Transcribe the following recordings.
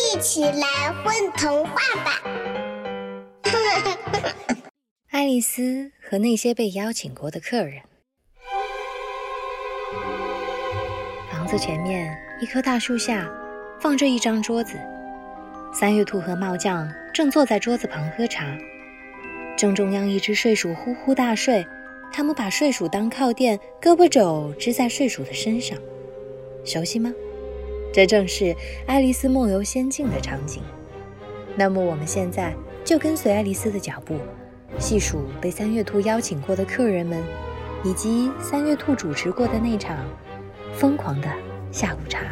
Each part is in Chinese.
一起来混童话吧！ 爱丽丝和那些被邀请过的客人。房子前面一棵大树下放着一张桌子，三月兔和帽匠正坐在桌子旁喝茶。正中央一只睡鼠呼呼大睡，他们把睡鼠当靠垫，胳膊肘支在睡鼠的身上。熟悉吗？这正是爱丽丝梦游仙境的场景。那么我们现在就跟随爱丽丝的脚步，细数被三月兔邀请过的客人们，以及三月兔主持过的那场疯狂的下午茶。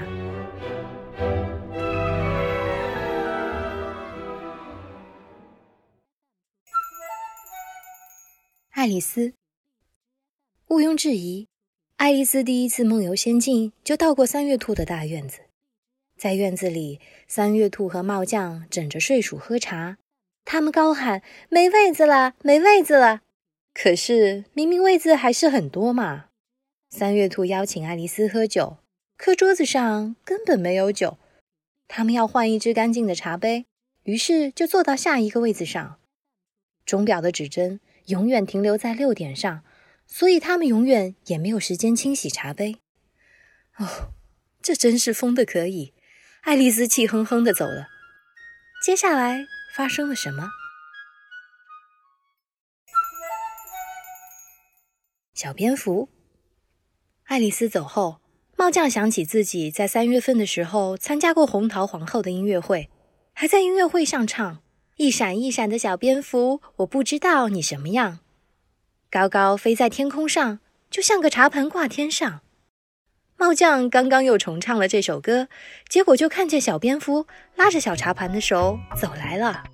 爱丽丝。毋庸置疑，爱丽丝第一次梦游仙境就到过三月兔的大院子。在院子里，三月兔和帽匠枕着睡鼠喝茶，他们高喊没位子了，没位子了。可是明明位子还是很多嘛。三月兔邀请爱丽丝喝酒，可桌子上根本没有酒。他们要换一只干净的茶杯，于是就坐到下一个位子上。钟表的指针永远停留在6点上，所以他们永远也没有时间清洗茶杯。哦，这真是疯得可以。爱丽丝气哼哼地走了。接下来发生了什么？小蝙蝠。爱丽丝走后，帽匠想起自己在3月份的时候参加过红桃皇后的音乐会，还在音乐会上唱一闪一闪的小蝙蝠，我不知道你什么样。高高飞在天空上，就像个茶盘挂天上。帽匠刚刚又重唱了这首歌，结果就看见小蝙蝠拉着小茶盘的手走来了。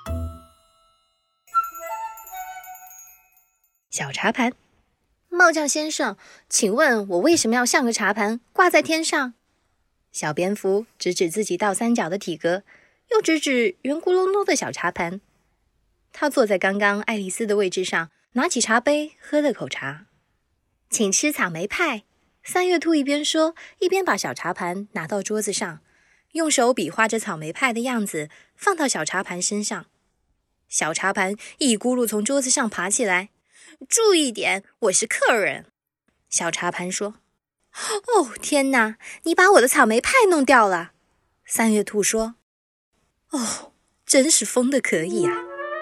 小茶盘，帽匠先生，请问我为什么要像个茶盘挂在天上？小蝙蝠指指自己倒三角的体格，又指指圆咕隆咚的小茶盘。他坐在刚刚爱丽丝的位置上，拿起茶杯喝了口茶。请吃草莓派。三月兔一边说，一边把小茶盘拿到桌子上，用手比划着草莓派的样子放到小茶盘身上。小茶盘一咕噜从桌子上爬起来。注意点，我是客人。小茶盘说。哦，天哪，你把我的草莓派弄掉了。三月兔说。哦，真是疯得可以啊。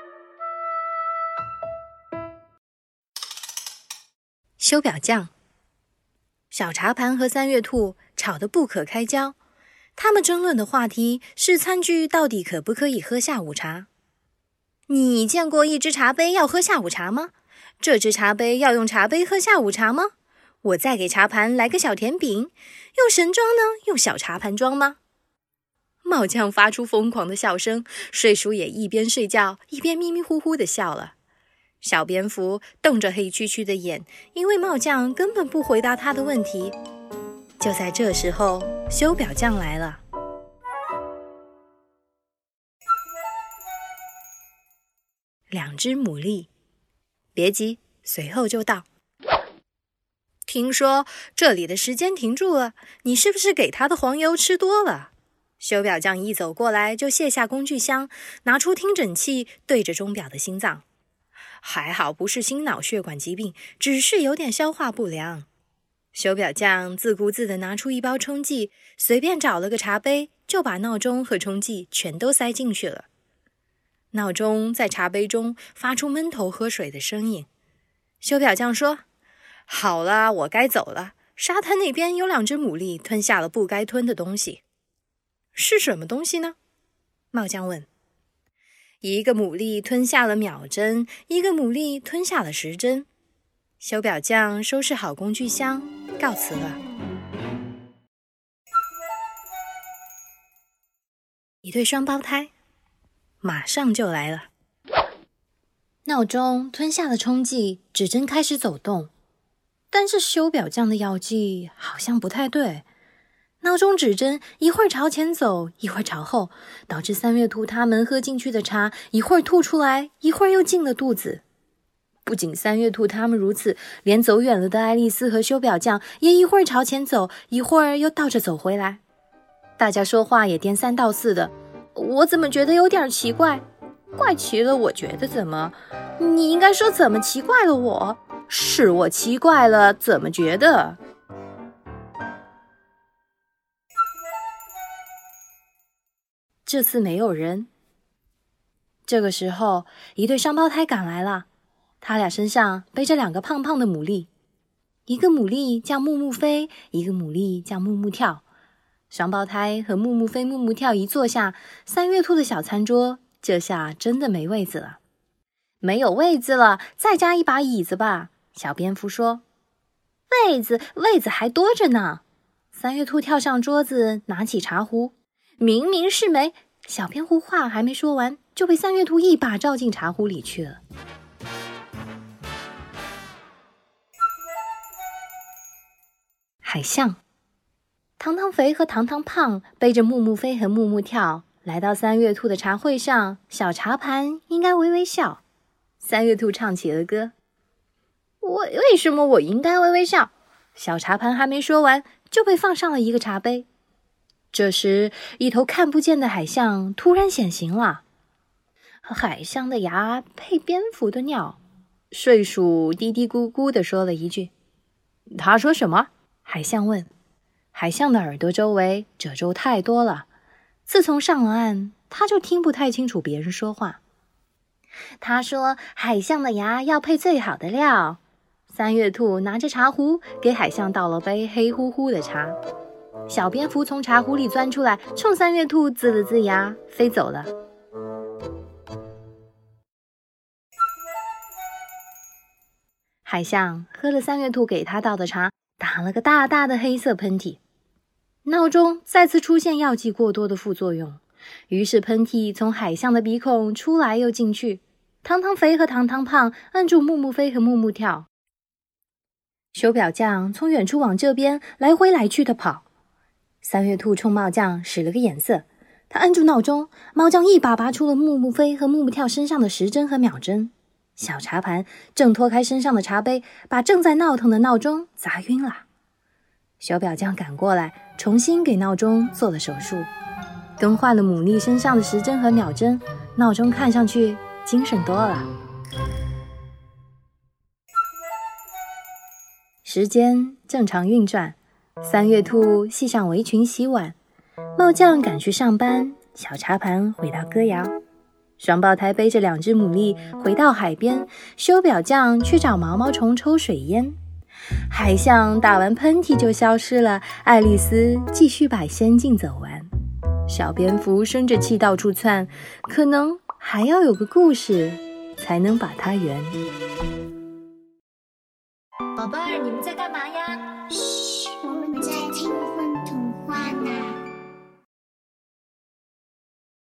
修表匠。小茶盘和三月兔吵得不可开交，他们争论的话题是餐具到底可不可以喝下午茶。你见过一只茶杯要喝下午茶吗？这只茶杯要用茶杯喝下午茶吗？我再给茶盘来个小甜饼，用神装呢？用小茶盘装吗？帽匠发出疯狂的笑声，睡鼠也一边睡觉一边咪咪呼呼地笑了。小蝙蝠瞪着黑黢黢的眼，因为帽匠根本不回答他的问题。就在这时候，修表匠来了。2只牡蛎。别急，随后就到。听说这里的时间停住了，你是不是给他的黄油吃多了？修表匠一走过来就卸下工具箱，拿出听诊器对着钟表的心脏。还好不是心脑血管疾病，只是有点消化不良。修表匠自顾自地拿出一包冲剂，随便找了个茶杯，就把闹钟和冲剂全都塞进去了。闹钟在茶杯中发出闷头喝水的声音。修表匠说，好了，我该走了。沙滩那边有2只牡蛎吞下了不该吞的东西。是什么东西呢？帽匠问。一个牡蛎吞下了秒针，一个牡蛎吞下了时针。修表匠收拾好工具箱，告辞了。一对双胞胎，马上就来了。闹钟吞下了冲剂，指针开始走动，但是修表匠的药剂好像不太对。闹钟指针一会儿朝前走，一会儿朝后，导致三月兔他们喝进去的茶一会儿吐出来，一会儿又进了肚子。不仅三月兔他们如此，连走远了的爱丽丝和修表匠也一会儿朝前走，一会儿又倒着走回来。大家说话也颠三倒四的， 我怎么觉得有点奇怪？怪奇了，我觉得怎么？你应该说怎么奇怪了我？是我奇怪了，怎么觉得？这次没有人。这个时候，一对双胞胎赶来了，他俩身上背着2个胖胖的牡蛎，一个牡蛎叫木木飞，一个牡蛎叫木木跳。双胞胎和木木飞、木木跳一坐下，三月兔的小餐桌这下真的没位子了。没有位子了，再加一把椅子吧，小蝙蝠说。位子还多着呢。三月兔跳上桌子，拿起茶壶。明明是没，小蝙蝠话还没说完，就被三月兔一把照进茶壶里去了。海象，糖糖肥和糖糖胖背着木木飞和木木跳来到三月兔的茶会上，小茶盘应该微微笑。三月兔唱起了歌。为什么我应该微微笑？小茶盘还没说完，就被放上了一个茶杯。这时，一头看不见的海象突然显形了。海象的牙配蝙蝠的尿，睡鼠嘀嘀咕咕地说了一句。他说什么？海象问。海象的耳朵周围褶皱太多了，自从上了岸，他就听不太清楚别人说话。他说海象的牙要配最好的料。三月兔拿着茶壶给海象倒了杯黑乎乎的茶。小蝙蝠从茶壶里钻出来，冲三月兔呲了呲牙，飞走了。海象喝了三月兔给他倒的茶，打了个大大的黑色喷嚏。闹钟再次出现药剂过多的副作用，于是喷嚏从海象的鼻孔出来又进去。糖糖肥和糖糖胖摁住木木飞和木木跳。手表匠从远处往这边来回来去的跑。三月兔冲猫将使了个眼色，他摁住闹钟，猫将一把拔出了木木飞和木木跳身上的时针和秒针。小茶盘挣脱开身上的茶杯，把正在闹腾的闹钟砸晕了。手表匠赶过来，重新给闹钟做了手术，更换了牡蛎身上的时针和秒针，闹钟看上去精神多了。时间正常运转，三月兔系上围裙洗碗，猫将赶去上班，小茶盘回到歌谣，双胞胎背着2只牡蛎回到海边，修表匠去找毛毛虫抽水烟。海象打完喷嚏就消失了，爱丽丝继续把仙境走完。小蝙蝠生着气到处窜，可能还要有个故事才能把它圆。 宝贝儿，你们在干嘛呀？ 嘘，我们在听